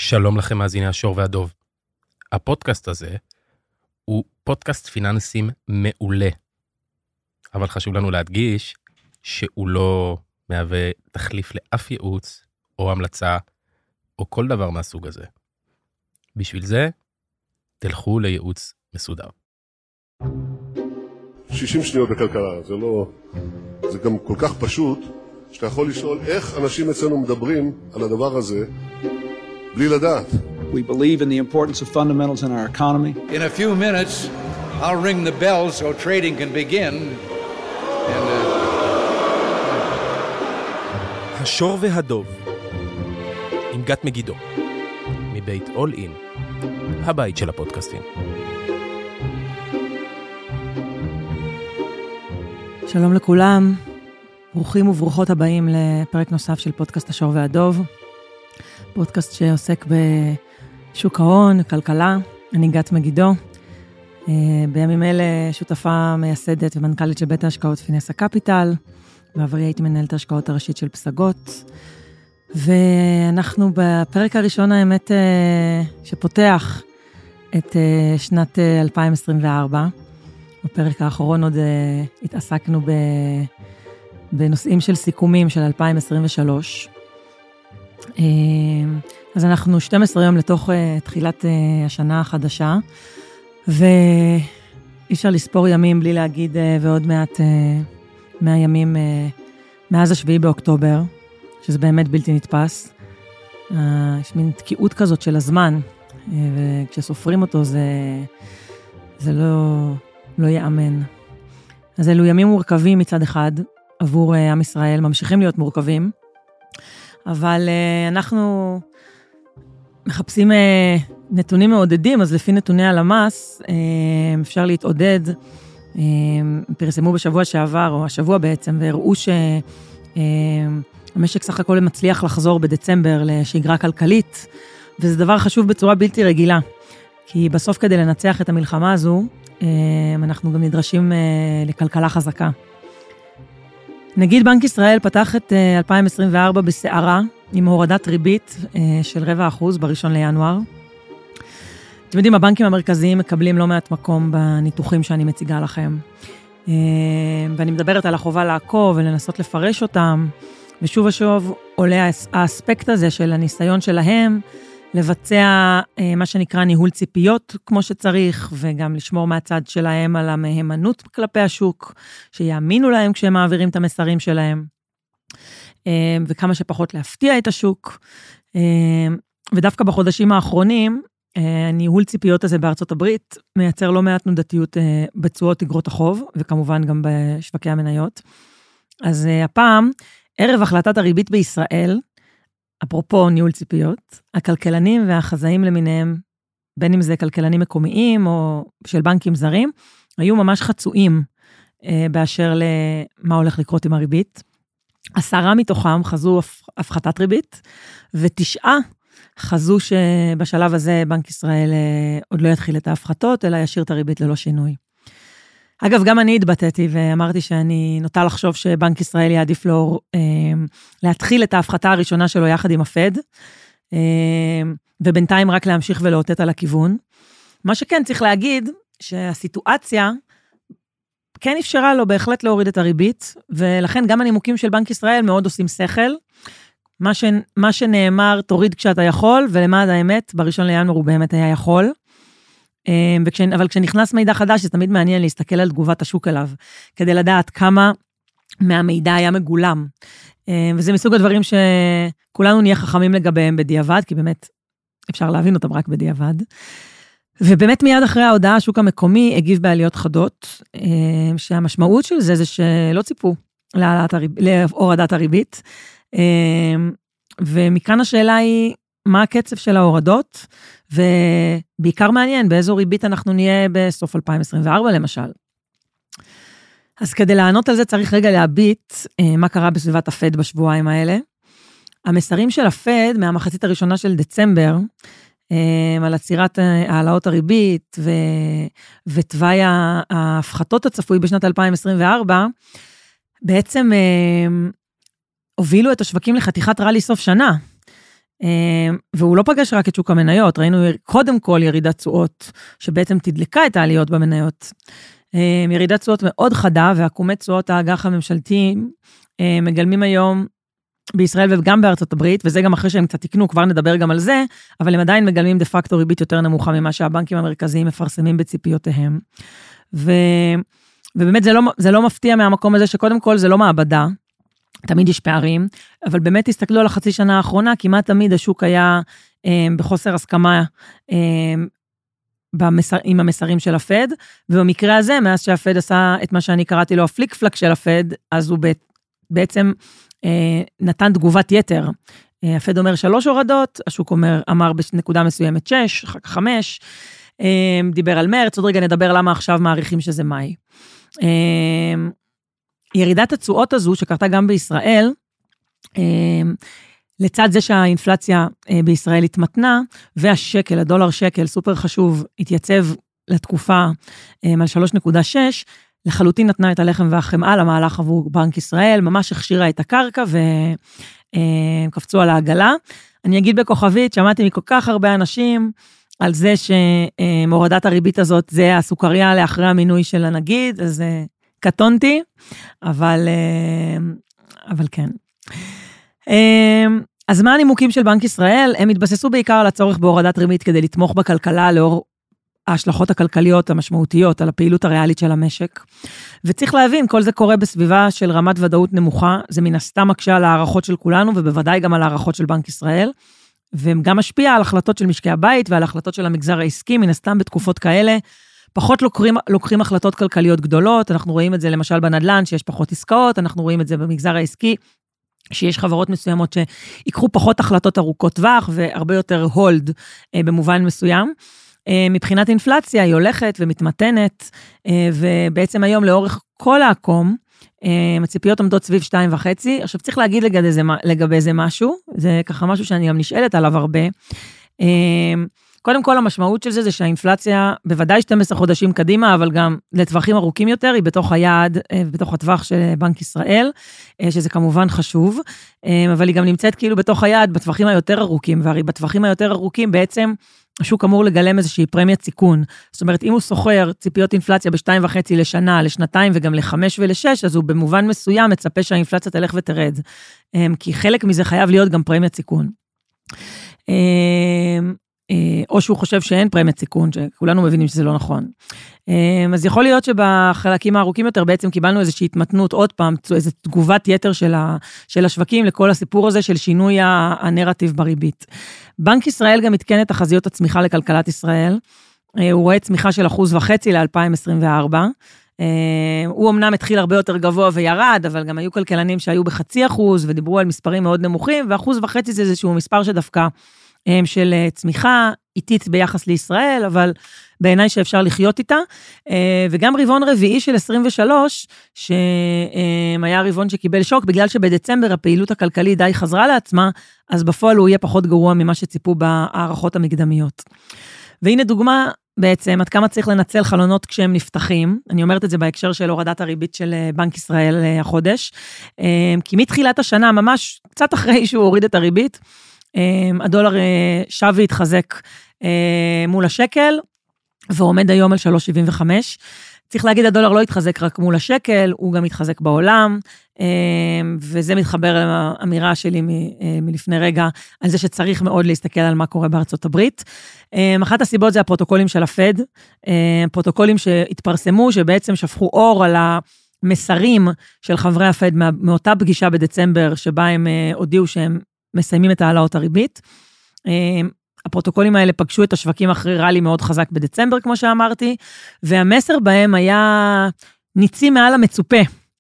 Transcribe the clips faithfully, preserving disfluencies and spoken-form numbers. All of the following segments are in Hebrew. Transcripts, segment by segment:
שלום לכם מאזיני השור והדוב. הפודקאסט הזה הוא פודקאסט פיננסים מעולה. אבל חשוב לנו להדגיש שהוא לא מהווה תחליף לאף ייעוץ או המלצה או כל דבר מהסוג הזה. בשביל זה, תלכו לייעוץ מסודר. שישים שניות בכלכלה, זה לא... זה גם כל כך פשוט, שאתה יכול לשאול איך אנשים אצלנו מדברים על הדבר הזה, בלי לדעת. We believe in the importance of fundamentals in our economy. In a few minutes, I'll ring the bell so trading can begin. And, uh... השור והדוב, עם גת מגידו, מבית אול אין, הבית של הפודקאסטים. שלום לכולם, ברוכים וברוכות הבאים לפרק נוסף של פודקאסט השור והדוב, פודקאסט שעוסק בשוק ההון, כלכלה. אני גת מגידו, בימים אלה שותפה מייסדת ומנכ"לית של בית ההשקעות פינסה קפיטל, בעברי הייתי מנהלת ההשקעות הראשית של פסגות, ואנחנו בפרק הראשון האמת שפותח את שנת אלפיים עשרים וארבע, בפרק האחרון עוד התעסקנו בנושאים של סיכומים של אלפיים עשרים ושלוש, אז אנחנו שנים עשר יום לתוך תחילת השנה החדשה, ואי אפשר לספור ימים בלי להגיד ועוד מעט מהימים מאז השביעי באוקטובר, שזה באמת בלתי נתפס. יש מין תקיעות כזאת של הזמן, וכשסופרים אותו זה, זה לא, לא יאמן. אז אלו ימים מורכבים מצד אחד, עבור עם ישראל, ממשיכים להיות מורכבים, אבל אנחנו מחפשים נתונים מעודדים, אז לפי נתוני הלמ"ס, אפשר להתעודד, פרסמו בשבוע שעבר, או השבוע בעצם, והראו שהמשק סך הכל מצליח לחזור בדצמבר לשגרה כלכלית, וזה דבר חשוב בצורה בלתי רגילה, כי בסוף כדי לנצח את המלחמה הזו, אנחנו גם נדרשים לכלכלה חזקה. נגיד בנק ישראל פתח את אלפיים עשרים וארבע בסערה, עם הורדת ריבית של רבע אחוז בראשון לינואר. אתם יודעים, הבנקים המרכזיים מקבלים לא מעט מקום בניתוחים שאני מציגה לכם. ואני מדברת על החובה לעקוב ולנסות לפרש אותם, ושוב ושוב עולה האספקט הזה של הניסיון שלהם, לבצע מה שנקרא ניהול ציפיות כמו שצריך, וגם לשמור מהצד שלהם על המהימנות כלפי השוק, שיאמינו להם כשהם מעבירים את המסרים שלהם, וכמה שפחות להפתיע את השוק. ודווקא בחודשים האחרונים, הניהול ציפיות הזה בארצות הברית מייצר לא מעט תנודתיות בתשואות אגרות החוב, וכמובן גם בשווקי המניות. אז הפעם, ערב החלטת הריבית בישראל, אפרופו ניהול ציפיות, הכלכלנים והחזאים למיניהם, בין אם זה כלכלנים מקומיים או של בנקים זרים, היו ממש חצויים באשר למה הולך לקרות עם הריבית. עשרה מתוכם חזו הפחתת ריבית, ותשעה חזו שבשלב הזה בנק ישראל עוד לא יתחיל את ההפחתות, אלא ישאיר את הריבית ללא שינוי. אגב, גם אני התבטאתי ואמרתי שאני נוטה לחשוב שבנק ישראל יעדיף לו אה, להתחיל את ההפחתה הראשונה שלו יחד עם הפד, אה, ובינתיים רק להמשיך ולאותת על הכיוון. מה שכן צריך להגיד, שהסיטואציה כן אפשרה לו בהחלט להוריד את הריבית, ולכן גם הנימוקים של בנק ישראל מאוד עושים שכל. מה, ש, מה שנאמר, תוריד כשאתה יכול, ולמען האמת, בראשון לינואר הוא באמת היה יכול. וכש, אבל כשנכנס מידע חדש, זה תמיד מעניין להסתכל על תגובת השוק עליו, כדי לדעת כמה מהמידע היה מגולם. וזה מסוג הדברים שכולנו נהיה חכמים לגביהם בדיעבד, כי באמת אפשר להבין אותם רק בדיעבד. ובאמת מיד אחרי ההודעה, השוק המקומי הגיב בעליות חדות, שהמשמעות של זה זה שלא ציפו להורדת הריבית, ומכאן השאלה היא, מה הקצב של ההורדות, ובעיקר מעניין באיזו ריבית אנחנו נהיה בסוף אלפיים עשרים וארבע למשל. אז כדי לענות על זה צריך רגע להביט מה קרה בסביבת הפד בשבועיים האלה. המסרים של הפד מהמחצית הראשונה של דצמבר, על עצירת העלאות הריבית ותוואי ההפחתות הצפוי בשנת אלפיים עשרים וארבע, בעצם הובילו את השווקים לחתיכת רלי סוף שנה. והוא לא פגש רק את שוק המניות, ראינו קודם כל ירידת תשואות, שבעצם תדלקה את העליות במניות. ירידת תשואות מאוד חדה, ועקומי תשואות האג"ח הממשלתיים מגלמים היום בישראל וגם בארצות הברית, וזה גם אחרי שהם קצת תקנו, כבר נדבר גם על זה, אבל הם עדיין מגלמים דה פקטו ריבית יותר נמוכה ממה שהבנקים המרכזיים מפרסמים בציפיותיהם. ו... ובאמת זה לא, זה לא מפתיע מהמקום הזה שקודם כל זה לא מעבדה, תמיד יש פערים, אבל באמת תסתכלו על החצי שנה האחרונה, כמעט תמיד השוק היה אה, בחוסר הסכמה אה, במסר, עם המסרים של הפד, ובמקרה הזה, מאז שהפד עשה את מה שאני קראתי לו הפליק פלק של הפד, אז הוא בעצם אה, נתן תגובת יתר. אה, הפד אומר שלוש הורדות, השוק אומר, אמר בנקודה מסוימת שש, אחר כך חמש, אה, דיבר על מרץ, עוד רגע נדבר למה עכשיו מעריכים שזה מאי. אה, ירידת התשואות הזו, שקרתה גם בישראל, לצד זה שהאינפלציה בישראל התמתנה, והשקל, הדולר שקל, סופר חשוב, התייצב לתקופה על שלוש נקודה שש, לחלוטין נתנה את הלחם והחמאה למהלך עבור בנק ישראל, ממש הכשירה את הקרקע וקפצו על העגלה. אני אגיד בכוכבית, שמעתי מכל כך הרבה אנשים על זה שמורדת הריבית הזאת, זה הסוכריה לאחרי המינוי של הנגיד, אז קטונתי, אבל, אבל כן. אז מה הנימוקים של בנק ישראל? הם התבססו בעיקר על הצורך בהורדת ריבית כדי לתמוך בכלכלה לאור ההשלכות הכלכליות המשמעותיות על הפעילות הריאלית של המשק. וצריך להבין, כל זה קורה בסביבה של רמת ודאות נמוכה, זה מן הסתם מקשה על הערכות של כולנו, ובוודאי גם על הערכות של בנק ישראל, והם גם משפיע על החלטות של משקי הבית ועל החלטות של המגזר העסקי, מן הסתם בתקופות כאלה, פחות לוקחים, לוקחים החלטות כלכליות גדולות, אנחנו רואים את זה למשל בנדל"ן, שיש פחות עסקאות, אנחנו רואים את זה במגזר העסקי, שיש חברות מסוימות שיקחו פחות החלטות ארוכות טווח, והרבה יותר הולד במובן מסוים. מבחינת אינפלציה, היא הולכת ומתמתנת, ובעצם היום לאורך כל העקום, הציפיות עומדות סביב שתיים וחצי, עכשיו צריך להגיד לגבי זה, לגבי זה משהו, זה ככה משהו שאני גם נשאלת עליו הרבה, קודם כל, המשמעות של זה, זה שהאינפלציה, בוודאי שתים עשרה חודשים קדימה, אבל גם לטווחים ארוכים יותר, היא בתוך היעד, בתוך הטווח של בנק ישראל, שזה כמובן חשוב, אבל היא גם נמצאת כאילו בתוך היעד, בטווחים היותר ארוכים, והרי בטווחים היותר ארוכים, בעצם, השוק אמור לגלם איזושהי פרמיית סיכון. זאת אומרת, אם הוא סוחר ציפיות אינפלציה בשתיים וחצי לשנה, לשנתיים וגם לחמש ולשש, אז הוא במובן מסוים מצפה שהאינפלציה תלך ותרד. כי חלק מזה חייב להיות גם פרמיית סיכון. או שהוא חושב שאין פרמיית סיכון, שכולנו מבינים שזה לא נכון. אז יכול להיות שבחלקים הארוכים יותר בעצם קיבלנו איזושהי התמתנות, עוד פעם, איזו תגובת יתר של, ה, של השווקים לכל הסיפור הזה של שינוי הנרטיב בריבית. בנק ישראל גם התקן את תחזיות הצמיחה לכלכלת ישראל, הוא רואה צמיחה של אחוז וחצי ל-אלפיים עשרים וארבע, הוא אמנם התחיל הרבה יותר גבוה וירד, אבל גם היו כלכלנים שהיו בחצי אחוז, ודיברו על מספרים מאוד נמוכים, ואחוז וחצי זה איזשהו מספר שדווקא, של צמיחה איטית ביחס לישראל, אבל בעיניי שאפשר לחיות איתה, וגם רבעון רביעי של עשרים ושלוש, שהיה רבעון שקיבל שוק, בגלל שבדצמבר הפעילות הכלכלית די חזרה לעצמה, אז בפועל הוא יהיה פחות גרוע ממה שציפו בהערכות המקדמיות. והנה דוגמה, בעצם, עד כמה צריך לנצל חלונות כשהם נפתחים, אני אומרת את זה בהקשר של הורדת הריבית של בנק ישראל החודש, כי מתחילת השנה, ממש קצת אחרי שהוא הוריד את הריבית, הדולר שב והתחזק מול השקל, ועומד היום על שלוש שבעים וחמש. צריך להגיד, הדולר לא התחזק רק מול השקל, הוא גם התחזק בעולם, וזה מתחבר לאמירה שלי מלפני רגע, על זה שצריך מאוד להסתכל על מה קורה בארצות הברית. אחת הסיבות זה הפרוטוקולים של הפד, פרוטוקולים שהתפרסמו, שבעצם שפכו אור על המסרים של חברי הפד, מאותה פגישה בדצמבר, שבה הם הודיעו שהם מסיימים את העלאות הריבית. הפרוטוקולים האלה פגשו את השווקים אחרי רלי מאוד חזק בדצמבר, כמו שאמרתי, והמסר בהם היה ניצי מעל המצופה.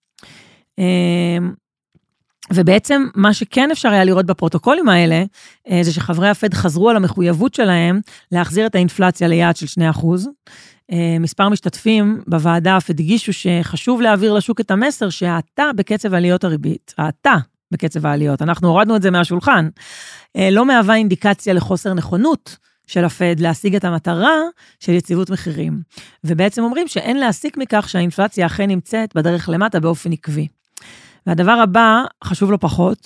ובעצם מה שכן אפשר היה לראות בפרוטוקולים האלה, זה שחברי הפד חזרו על המחויבות שלהם להחזיר את האינפלציה ליעד של שני אחוז. מספר משתתפים בוועדה אף הדגישו שחשוב להעביר לשוק את המסר שהאטה בקצב עליות הריבית, האטה בקצב העליות, אנחנו הורדנו את זה מהשולחן, לא מהווה אינדיקציה לחוסר נכונות של הפד להשיג את המטרה של יציבות מחירים. ובעצם אומרים שאין להסיק מכך שהאינפלציה אכן נמצאת בדרך למטה באופן עקבי. והדבר הבא, חשוב לו פחות,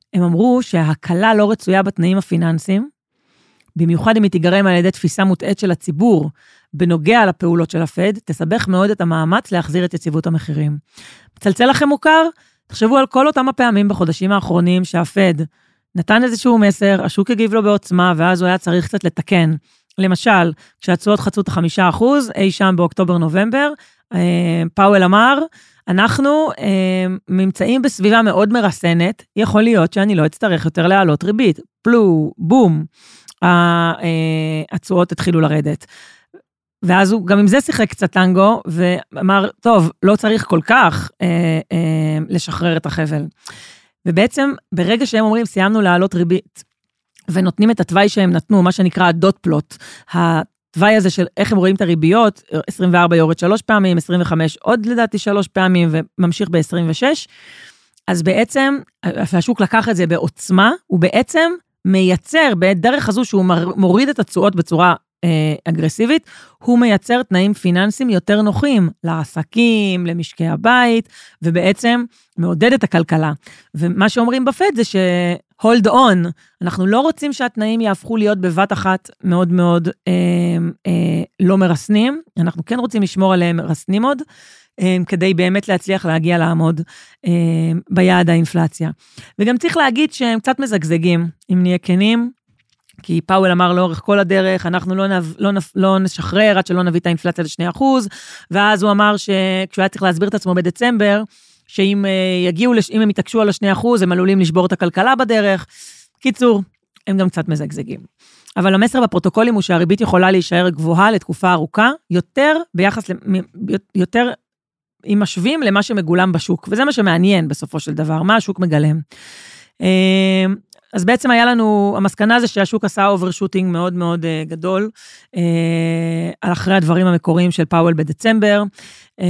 הם אמרו שההקלה לא רצויה בתנאים הפיננסיים, במיוחד אם היא תיגרם על ידי תפיסה מוטעית של הציבור, בנוגע לפעולות של הפד, תסבך מאוד את המאמץ להחזיר את יציבות המחירים. מצלצל לכם מוכר? תחשבו על כל אותם הפעמים בחודשים האחרונים שהפד נתן איזשהו מסר, השוק הגיב לו בעוצמה, ואז הוא היה צריך קצת לתקן. למשל, כשהתשואות חצו את החמישה אחוז, אי שם באוקטובר-נובמבר, פאוול אמר, אנחנו נמצאים בסביבה מאוד מרסנת, יכול להיות שאני לא אצטרך יותר להעלות ריבית. פלו, בום, התשואות התחילו לרדת. ואז הוא גם עם זה שיחק קצת טנגו, ואמר, טוב, לא צריך כל כך אה, אה, לשחרר את החבל. ובעצם, ברגע שהם אומרים, סיימנו להעלות ריבית, ונותנים את התוואי שהם נתנו, מה שנקרא הדוט פלוט, התוואי הזה של איך הם רואים את הריביות, עשרים וארבע יורד שלוש פעמים, עשרים וחמש עוד לדעתי שלוש פעמים, וממשיך ב-עשרים ושש, אז בעצם, השוק לקח את זה בעוצמה, הוא בעצם מייצר, בדרך הזו שהוא מוריד את התשואות בצורה אגרסיבית, הוא מייצר תנאים פיננסיים יותר נוחים לעסקים, למשקי הבית, ובעצם מעודד את הכלכלה. ומה שאומרים בפד זה ש-hold on, אנחנו לא רוצים שהתנאים יהפכו להיות בבת אחת מאוד מאוד אה, אה, לא מרסנים, אנחנו כן רוצים לשמור עליהם מרסנים עוד, אה, כדי באמת להצליח להגיע לעמוד אה, ביעד האינפלציה. וגם צריך להגיד שהם קצת מזגזגים, אם נהיה כנים, כי פאוול אמר לאורך כל הדרך, אנחנו לא, נב, לא, נפ, לא נשחרר עד שלא נביא את האינפלציה ל-שני אחוז, ואז הוא אמר שכשהוא היה צריך להסביר את עצמו בדצמבר, שאם יגיעו, אם הם יתעקשו על ה-שני אחוז, הם עלולים לשבור את הכלכלה בדרך. קיצור, הם גם קצת מזגזגים. אבל המסר בפרוטוקולים הוא שהריבית יכולה להישאר גבוהה לתקופה ארוכה, יותר ביחס, יותר אם משווים למה שמגולם בשוק, וזה מה שמעניין בסופו של דבר, מה השוק מגלם. אז בעצם היה לנו, המסקנה זה שהשוק עשה אוברשוטינג מאוד מאוד uh, גדול, uh, על אחרי הדברים המקוריים של פאוול בדצמבר, uh,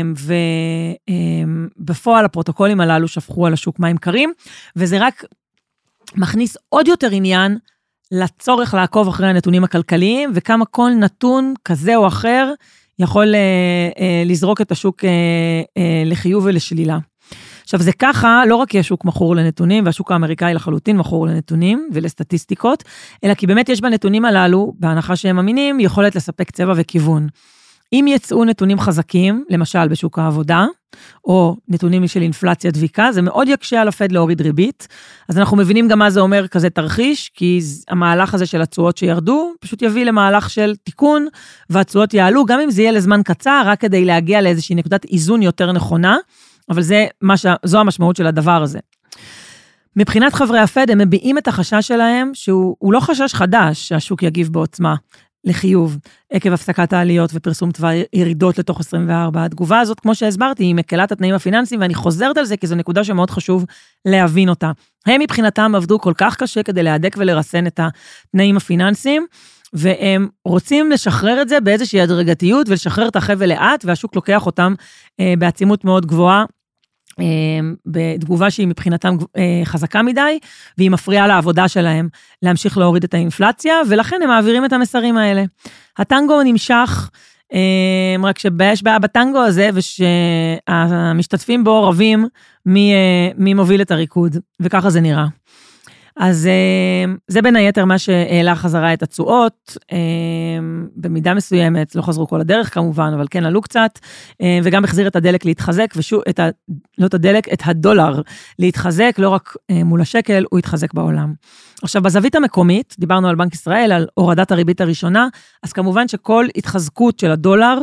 ובפועל uh, הפרוטוקולים הללו שפכו על השוק מים קרים, וזה רק מכניס עוד יותר עניין לצורך לעקוב אחרי הנתונים הכלכליים, וכמה כל נתון כזה או אחר יכול uh, uh, לזרוק את השוק uh, uh, לחיוב ולשלילה. עכשיו זה ככה, לא רק כי השוק מכור לנתונים, והשוק האמריקאי לחלוטין מכור לנתונים ולסטטיסטיקות, אלא כי באמת יש בנתונים הללו, בהנחה שהם אמינים, יכולת לספק צבע וכיוון. אם יצאו נתונים חזקים, למשל בשוק העבודה, או נתונים של אינפלציה דביקה, זה מאוד יקשה על הפד להוריד ריבית, אז אנחנו מבינים גם מה זה אומר כזה תרחיש, כי המהלך הזה של התשואות שירדו, פשוט יביא למהלך של תיקון, והתשואות יעלו, גם אם זה יהיה לזמן קצר, רק כדי להגיע לאיזושהי נקודת איזון יותר נכונה, אבל זה מה ש... זו המשמעות של הדבר הזה. מבחינת חברי הפד, הם מביעים את החשש שלהם, שהוא לא חשש חדש, שהשוק יגיב בעוצמה לחיוב, עקב הפסקת העליות ופרסום תוואי ירידות לתוך עשרים וארבע. התגובה הזאת, כמו שהסברתי, היא מקלת התנאים הפיננסיים, ואני חוזרת על זה, כי זו נקודה שמאוד חשוב להבין אותה. הם מבחינתם עבדו כל כך קשה, כדי להדק ולרסן את התנאים הפיננסיים, והם רוצים לשחרר את זה באיזושהי הדרגתיות, ולשחרר את החבל לאט, והשוק לוקח אותם אה, בעצימות מאוד גבוהה, בתגובה שהיא מבחינתם חזקה מדי, והיא מפריעה לעבודה שלהם להמשיך להוריד את האינפלציה, ולכן הם מעבירים את המסרים האלה. הטנגו נמשך, רק שיש בעיה בטנגו הזה, ושהמשתתפים בו רבים מי, מי מוביל את הריקוד, וככה זה נראה. אז זה בין היתר מה שהעלה חזרה את התשואות, במידה מסוימת, לא חזרו כל הדרך כמובן, אבל כן עלו קצת, וגם החזיר את הדלק להתחזק, ושוב, את ה, לא את הדלק, את הדולר להתחזק, לא רק מול השקל, הוא יתחזק בעולם. עכשיו, בזווית המקומית, דיברנו על בנק ישראל, על הורדת הריבית הראשונה, אז כמובן שכל התחזקות של הדולר,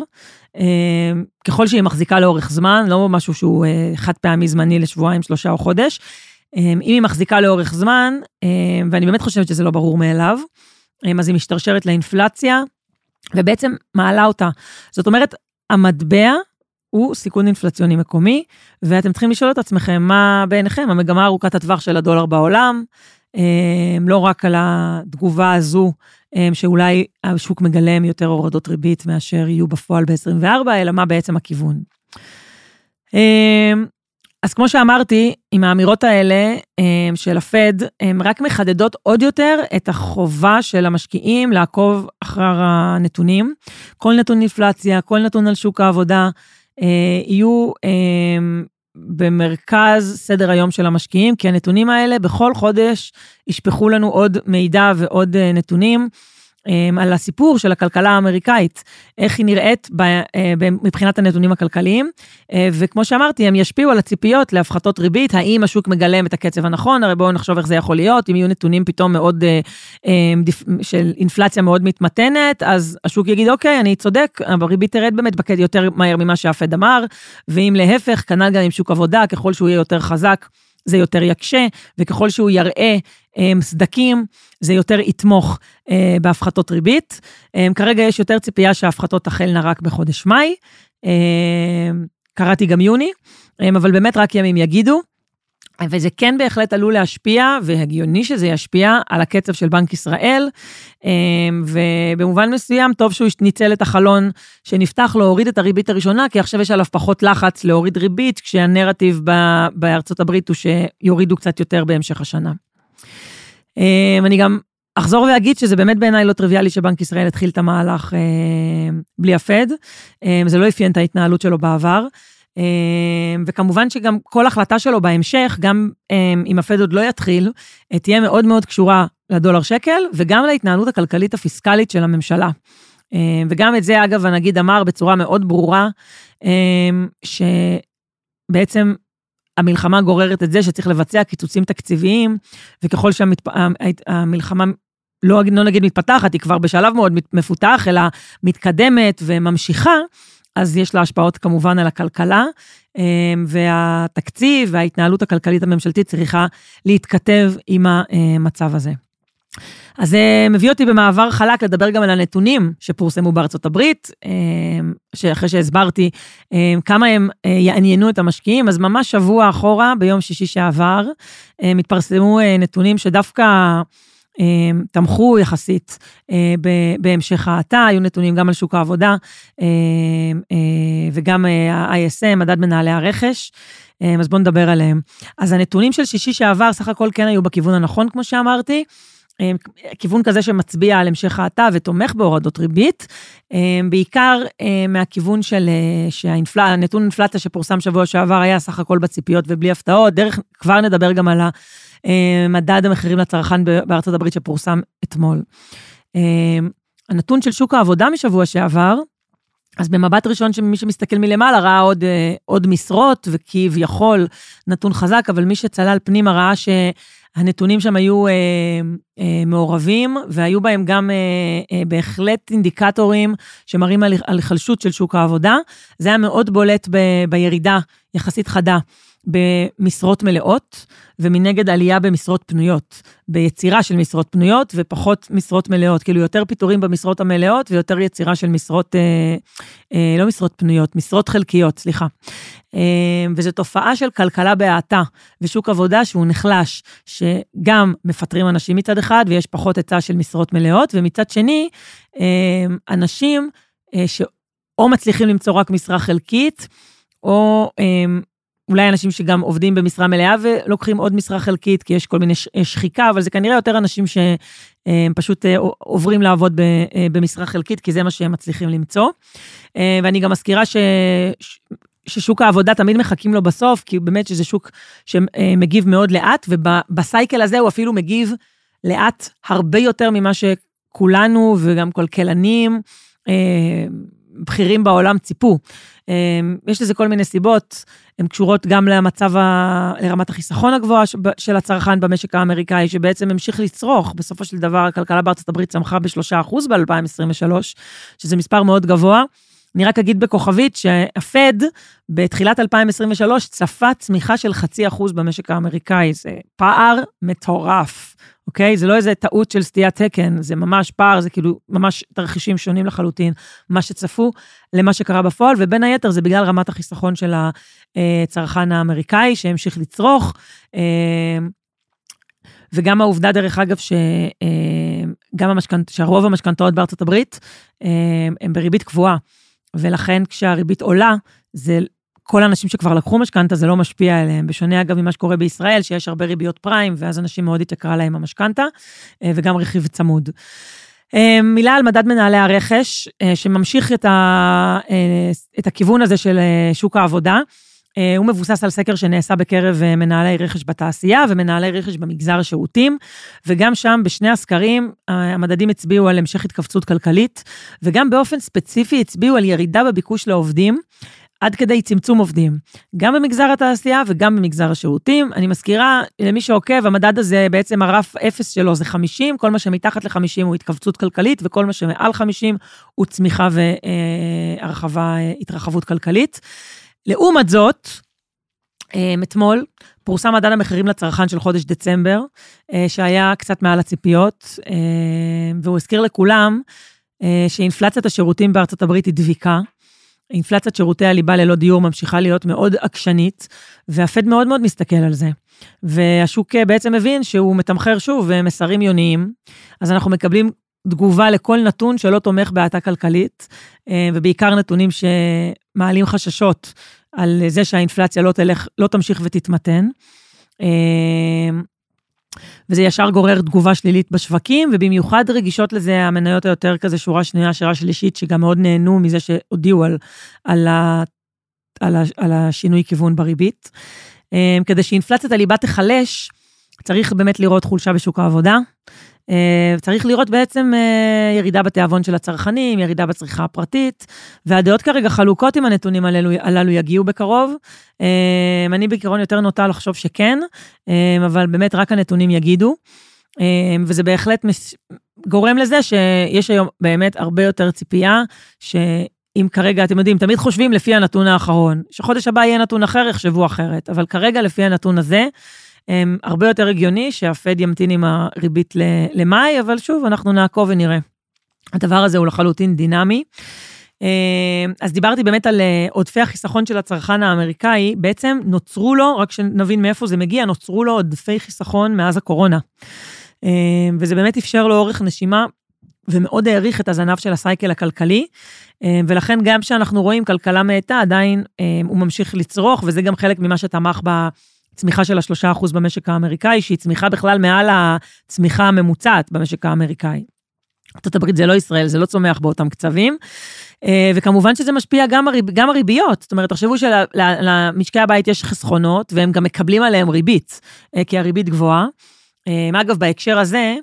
ככל שהיא מחזיקה לאורך זמן, לא משהו שהוא חד פעמי זמני לשבועיים, שלושה או חודש, אם היא מחזיקה לאורך זמן, ואני באמת חושבת שזה לא ברור מאליו, אז היא משתרשרת לאינפלציה, ובעצם מעלה אותה. זאת אומרת, המטבע הוא סיכון אינפלציוני מקומי, ואתם צריכים לשאול את עצמכם, מה בעיניכם, המגמה ארוכת הטווח של הדולר בעולם, לא רק על התגובה הזו, שאולי השוק מגלם יותר הורדות ריבית, מאשר יהיו בפועל ב-עשרים וארבע, אלא מה בעצם הכיוון. אז כמו שאמרתי, עם האמירות האלה של הפד, הן רק מחדדות עוד יותר את החובה של המשקיעים לעקוב אחר הנתונים. כל נתון אינפלציה, כל נתון על שוק העבודה, יהיו במרכז סדר היום של המשקיעים, כי הנתונים האלה בכל חודש ישפכו לנו עוד מידע ועוד נתונים, על הסיפור של הכלכלה האמריקאית, איך היא נראית מבחינת הנתונים הכלכליים, וכמו שאמרתי, הם ישפיעו על הציפיות להפחתות ריבית, האם השוק מגלם את הקצב הנכון, הרי בואו נחשוב איך זה יכול להיות, אם יהיו נתונים פתאום מאוד, של אינפלציה מאוד מתמתנת, אז השוק יגיד, אוקיי, אני צודק, הריבית תרד באמת בקד יותר מהר ממה שהפד אמר, ואם להפך, כנ"ל גם עם שוק עבודה, ככל שהוא יהיה יותר חזק, זה יותר יקשה, וככל שהוא יראה סדקים, זה יותר יתמוך בהפחתות ריבית. כרגע יש יותר ציפייה שההפחתות תחלנה רק בחודש מאי, קראתי גם יוני, אבל באמת רק ימים יגידו, וזה כן בהחלט עלול להשפיע, והגיוני שזה ישפיע על הקצב של בנק ישראל, ובמובן מסוים טוב שהוא ניצל את החלון שנפתח להוריד את הריבית הראשונה, כי עכשיו יש עליו פחות לחץ להוריד ריבית, כשהנרטיב בארצות הברית הוא שיורידו קצת יותר בהמשך השנה. אני גם אחזור ואגיד שזה באמת בעיניי לא טריוויאלי שבנק ישראל התחיל את המהלך בלי הפד, זה לא אפיין את ההתנהלות שלו בעבר, וכמובן שגם כל החלטה שלו בהמשך, גם אם הפד עוד לא יתחיל, תהיה מאוד מאוד קשורה לדולר שקל, וגם להתנהלות הכלכלית הפיסקלית של הממשלה. וגם את זה אגב הנגיד אמר בצורה מאוד ברורה, שבעצם המלחמה גוררת את זה שצריך לבצע קיצוצים תקציביים, וככל שהמלחמה לא, לא נגיד מתפתחת, היא כבר בשלב מאוד מפותח, אלא מתקדמת וממשיכה, אז יש לה השפעות כמובן על הכלכלה, והתקציב וההתנהלות הכלכלית הממשלתית צריכה להתכתב עם המצב הזה. אז זה מביא אותי במעבר חלק לדבר גם על הנתונים שפורסמו בארצות הברית, שאחרי שהסברתי כמה הם יעניינו את המשקיעים, אז ממש שבוע אחורה, ביום שישי שעבר, מתפרסמו נתונים שדווקא תמכו יחסית בהמשך האטה, היו נתונים גם על שוק העבודה, וגם ה-איי אס אם, מדד מנהלי הרכש, אז בואו נדבר עליהם. אז הנתונים של שישי שעבר, סך הכל כן היו בכיוון הנכון, כמו שאמרתי, כיוון כזה שמצביע על המשך האטה ותומך בהורדות ריבית, בעיקר מהכיוון של שהנתון אינפלציה שפורסם שבוע שעבר היה סך הכל בציפיות ובלי הפתעות, דרך כבר נדבר גם על מדד המחירים לצרכן בארצות הברית שפורסם אתמול. הנתון של שוק העבודה משבוע שעבר, אז במבט ראשון שמי שמסתכל מלמעלה ראה עוד, עוד משרות וכביכול נתון חזק, אבל מי שצלל פנימה ראה שהנתונים שם היו אה, אה, מעורבים, והיו בהם גם אה, אה, בהחלט אינדיקטורים שמראים על, על חלשות של שוק העבודה. זה היה מאוד בולט ב, בירידה יחסית חדה במשרות מלאות, ומנגד עלייה במשרות פנויות, ביצירה של משרות פנויות ופחות משרות מלאות, כאילו יותר פיתורים במשרות המלאות ויותר יצירה של משרות, אה, אה, לא משרות פנויות, משרות חלקיות, סליחה. אה, וזו תופעה של כלכלה בהאטה, ושוק עבודה שהוא נחלש, שגם מפטרים אנשים מצד אחד, ויש פחות היצע של משרות מלאות, ומצד שני, אה, אנשים אה, שאו מצליחים למצוא רק משרה חלקית, או אה, אולי אנשים שגם עובדים במשרה מלאה ולוקחים עוד משרה חלקית, כי יש כל מיני שחיקה, אבל זה כנראה יותר אנשים שהם פשוט עוברים לעבוד במשרה חלקית, כי זה מה שהם מצליחים למצוא. ואני גם מזכירה ש... ששוק העבודה תמיד מחכים לו בסוף, כי באמת שזה שוק שמגיב מאוד לאט, ובסייקל הזה הוא אפילו מגיב לאט הרבה יותר ממה שכולנו וגם כלכלנים בכירים בעולם ציפו. יש לזה כל מיני סיבות, הן קשורות גם למצב, ה... לרמת החיסכון הגבוהה של הצרכן במשק האמריקאי, שבעצם המשיך לצרוך, בסופו של דבר הכלכלה בארצות הברית צמחה בשלושה אחוז ב-אלפיים עשרים ושלוש, שזה מספר מאוד גבוה. אני רק אגיד בכוכבית שהפד בתחילת אלפיים עשרים ושלוש צפה צמיחה של חצי אחוז במשק האמריקאי, זה פער מטורף, אוקיי? זה לא איזה טעות של סטיית תקן, זה ממש פער, זה כאילו ממש תרחישים שונים לחלוטין, מה שצפו למה שקרה בפועל, ובין היתר זה בגלל רמת החיסכון של הצרכן האמריקאי, שהמשיך לצרוך, וגם העובדה דרך אגב, שגם המשכנתאות, שהרוב המשכנתאות בארצות הברית, הם בריבית קבועה, ולכן כשהריבית עולה, זה כל האנשים שכבר לקחו משכנתה, זה לא משפיע עליהם, בשונה אגב ממה שקורה בישראל, שיש הרבה ריביות פריים, ואז אנשים מאוד יתקרה להם המשכנתה, וגם רכיב צמוד. מילה על מדד מנהלי הרכש, שממשיך את, ה, את הכיוון הזה של שוק העבודה, הוא מבוסס על סקר שנעשה בקרב מנהלי רכש בתעשייה ומנהלי רכש במגזר השירותים, וגם שם בשני הסקרים המדדים הצביעו על המשך התכווצות כלכלית, וגם באופן ספציפי הצביעו על ירידה בביקוש לעובדים, עד כדי צמצום עובדים, גם במגזר התעשייה וגם במגזר השירותים. אני מזכירה, למי שעוקב, המדד הזה בעצם הרף אפס שלו זה חמישים, כל מה שמתחת ל-חמישים הוא התכווצות כלכלית, וכל מה שמעל חמישים הוא צמיחה והרחבה, התרחבות כלכלית. לעומת זאת, אתמול פורסם מדד המחירים לצרכן של חודש דצמבר, שהיה קצת מעל הציפיות, והוא הזכיר לכולם שאינפלציית השירותים בארצות הברית היא דביקה, אינפלציית שירותי הליבה ללא דיור ממשיכה להיות מאוד עקשנית, והפד מאוד מאוד מסתכל על זה. והשוק בעצם מבין שהוא מתמחר שוב מסרים יוניים, אז אנחנו מקבלים תגובה לכל נתון שלא תומך בהאטה כלכלית, ובעיקר נתונים שמעלים חששות על זה שהאינפלציה לא תלך, לא תמשיך ותתמתן. וזה ישר גורר תגובה שלילית בשווקים, ובמיוחד רגישות לזה המניות היותר כזה שורה שנייה, שורה שלישית, שגם מאוד נהנו מזה שהודיעו על, על, ה, על, ה, על השינוי כיוון בריבית. כדי שאינפלציית הליבה תחלש, צריך באמת לראות חולשה בשוק העבודה, צריך לראות בעצם ירידה בתיאבון של הצרכנים, ירידה בצריכה הפרטית, והדעות כרגע חלוקות עם הנתונים הללו, הללו יגיעו בקרוב. אני בעיקרון יותר נוטה לחשוב שכן, אבל באמת רק הנתונים יגידו, וזה בהחלט גורם לזה שיש היום באמת הרבה יותר ציפייה, שאם כרגע, אתם יודעים, תמיד חושבים לפי הנתון האחרון, שחודש הבא יהיה נתון אחר, יחשבו אחרת, אבל כרגע לפי הנתון הזה, הרבה יותר הגיוני שהפד ימתין עם הריבית למאי, אבל שוב, אנחנו נעקוב ונראה. הדבר הזה הוא לחלוטין דינמי. אז דיברתי באמת על עודפי החיסכון של הצרכן האמריקאי, בעצם נוצרו לו, רק שנבין מאיפה זה מגיע, נוצרו לו עודפי חיסכון מאז הקורונה. וזה באמת אפשר לו אורך נשימה, ומאוד העריך את הזנב של הסייקל הכלכלי, ולכן גם שאנחנו רואים כלכלה מאטה, עדיין הוא ממשיך לצרוך, וזה גם חלק ממה שתמך ב... צמיחה של השלושה אחוז במשק האמריקאי, שהיא צמיחה בכלל מעל הצמיחה הממוצעת במשק האמריקאי. ארצות הברית זה לא ישראל, זה לא צומח באותם קצבים, וכמובן שזה משפיע גם, הריב, גם הריביות, זאת אומרת, תחשבו שלמשקי הבית יש חסכונות, והם גם מקבלים עליהם ריבית, כי הריבית גבוהה. אגב, בהקשר הזה,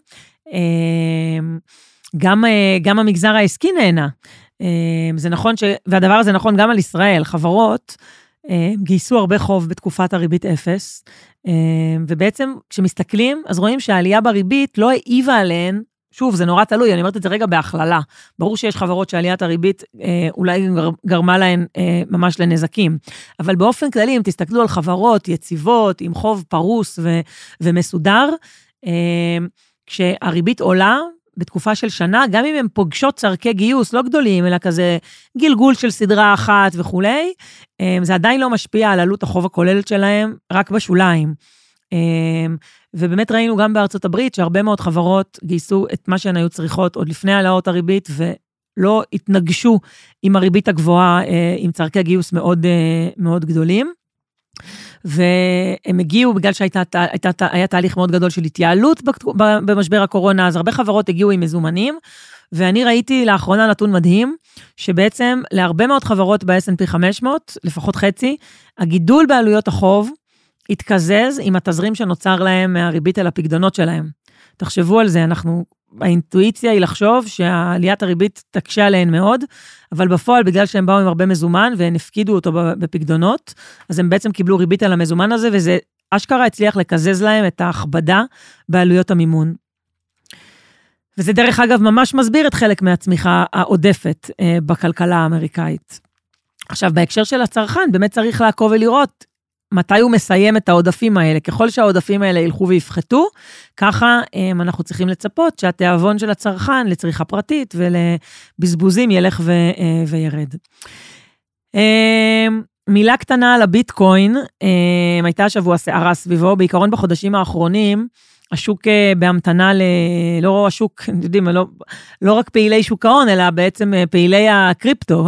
גם, גם המגזר העסקי נהנה. זה נכון ש... והדבר הזה נכון גם על ישראל, חברות, גייסו הרבה חוב בתקופת הריבית אפס, ובעצם כשמסתכלים, אז רואים שהעלייה בריבית לא העיבה עליהן, שוב, זה נורא תלוי, אני אומרת את זה רגע בהכללה, ברור שיש חברות שעליית הריבית אולי גרמה להן ממש לנזקים, אבל באופן כללי, אם תסתכלו על חברות יציבות, עם חוב פרוס ו- ומסודר, כשהריבית עולה, בתקופה של שנה, גם אם הן פוגשות צרכי גיוס, לא גדולים, אלא כזה גלגול של סדרה אחת וכולי, זה עדיין לא משפיע על עלות החוב הכוללת שלהם, רק בשוליים. ובאמת ראינו גם בארצות הברית, שהרבה מאוד חברות גייסו את מה שהן היו צריכות, עוד לפני העלאות הריבית, ולא התנגשו עם הריבית הגבוהה, עם צרכי גיוס מאוד, מאוד גדולים. והם הגיעו, בגלל שהיה תהליך מאוד גדול של התייעלות במשבר הקורונה, אז הרבה חברות הגיעו עם מזומנים, ואני ראיתי לאחרונה נתון מדהים, שבעצם להרבה מאוד חברות ב-אס אנד פי חמש מאות, לפחות חצי, הגידול בעלויות החוב התקזז עם התזרים שנוצר להם מהריבית על הפקדונות שלהם. תחשבו על זה, אנחנו, האינטואיציה היא לחשוב שהעליית הריבית תקשה עליהן מאוד, אבל בפועל, בגלל שהם באו עם הרבה מזומן, והם הפקידו אותו בפקדונות, אז הם בעצם קיבלו ריבית על המזומן הזה, וזה אשכרה הצליח לקזז להם את ההכבדה בעלויות המימון. וזה דרך אגב ממש מסביר את חלק מהצמיחה העודפת אה, בכלכלה האמריקאית. עכשיו, בהקשר של הצרכן, באמת צריך לעקוב ולראות מתי הוא מסיים את העודפים האלה. ככל שהעודפים האלה ילכו ויפחתו, ככה אה, אנחנו צריכים לצפות שהתיאבון של הצרכן לצריכה פרטית ולבזבוזים ילך ו, אה, וירד. אה, מילה קטנה על הביטקוין, אה, הייתה השבוע סערה סביבו, בעיקרון בחודשים האחרונים, השוק בהמתנה ל... לא השוק, יודעים, לא, לא רק פעילי שוק ההון, אלא בעצם פעילי הקריפטו,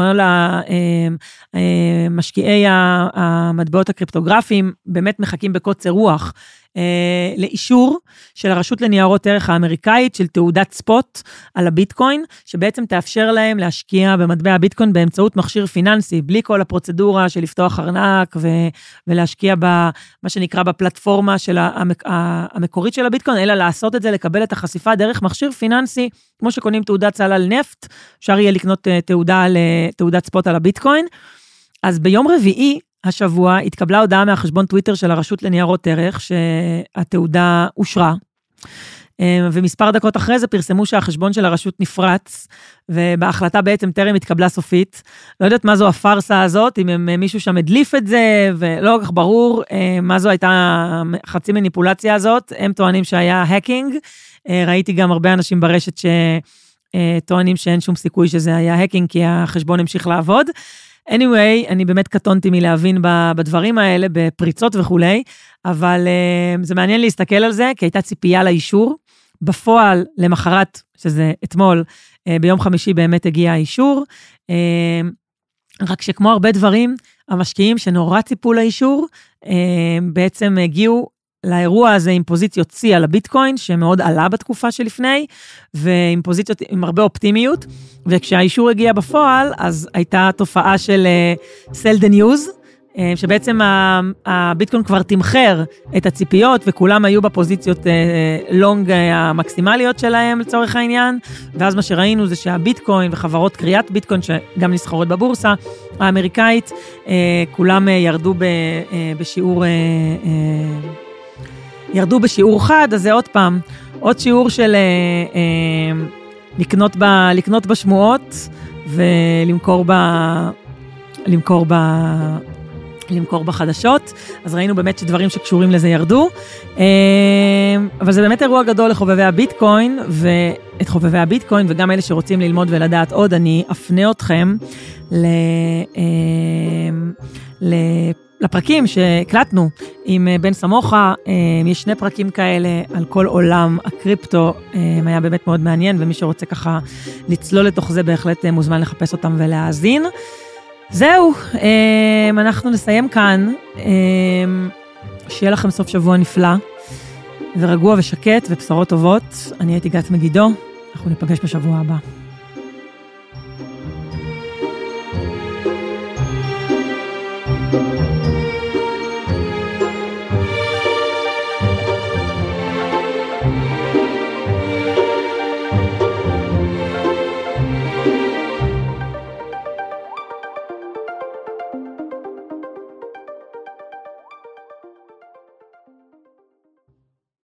משקיעי המטבעות הקריפטוגרפיים, באמת מחכים בקוצר רוח לאישור של הרשות לניירות ערך האמריקאית, של תעודת ספוט על הביטקוין, שבעצם תאפשר להם להשקיע במטבע הביטקוין באמצעות מכשיר פיננסי, בלי כל הפרוצדורה של לפתוח ארנק ו- ולהשקיע במה שנקרא בפלטפורמה של המק- המקורית של הביטקוין, אלא לעשות את זה, לקבל את החשיפה דרך מכשיר פיננסי, כמו שקונים תעודת סל על נפט, אפשר יהיה לקנות תעודה על, תעודת ספוט על הביטקוין. אז ביום רביעי השבוע התקבלה הודעה מהחשבון טוויטר של הרשות לניירות ערך, שהתעודה אושרה, ומספר דקות אחרי זה פרסמו שהחשבון של הרשות נפרץ, ובהחלטה בעצם טרם התקבלה סופית. לא יודעת מה זו הפרסה הזאת, אם מישהו שם הדליף את זה, ולא כל כך ברור מה זו הייתה חצי מניפולציה הזאת. הם טוענים שהיה האקינג, ראיתי גם הרבה אנשים ברשת שטוענים שאין שום סיכוי שזה היה האקינג, כי החשבון המשיך לעבוד. anyway, אני באמת קטונתי מלהבין בדברים האלה, בפריצות וכולי, אבל זה מעניין להסתכל על זה, כי הייתה ציפייה לאישור. בפועל, למחרת, שזה אתמול, ביום חמישי באמת הגיע האישור, רק שכמו הרבה דברים, המשקיעים שנורא ציפו לאישור, בעצם הגיעו לאירוע הזה עם פוזיציות צי על הביטקוין, שמאוד עלה בתקופה שלפני, ועם פוזיציות עם הרבה אופטימיות, וכשהאישור הגיע בפועל, אז הייתה תופעה של sell the news, שבעצם הביטקוין כבר תמחר את הציפיות, וכולם היו בפוזיציות לונג המקסימליות שלהם לצורך העניין, ואז מה שראינו זה שהביטקוין וחברות קריאת ביטקוין, שגם נסחרות בבורסה האמריקאית, כולם ירדו בשיעור, ירדו בשיעור חד, אז זה עוד פעם, עוד שיעור של לקנות, ב, לקנות בשמועות, ולמכור ב... למכור ב... למכור בחדשות, אז ראינו באמת שדברים שקשורים לזה ירדו, אבל זה באמת אירוע גדול לחובבי הביטקוין, ואת חובבי הביטקוין, וגם אלה שרוצים ללמוד ולדעת עוד, אני אפנה אתכם ל... לפרקים שהקלטנו עם בן סמוכה, יש שני פרקים כאלה על כל עולם הקריפטו, היה באמת מאוד מעניין, ומי שרוצה ככה לצלול לתוך זה, בהחלט מוזמן לחפש אותם ולהאזין. זהו, אנחנו נסיים כאן, שיהיה לכם סוף שבוע נפלא, ורגוע ושקט ובשורות טובות. אני הייתי גת מגידו, אנחנו ניפגש בשבוע הבא.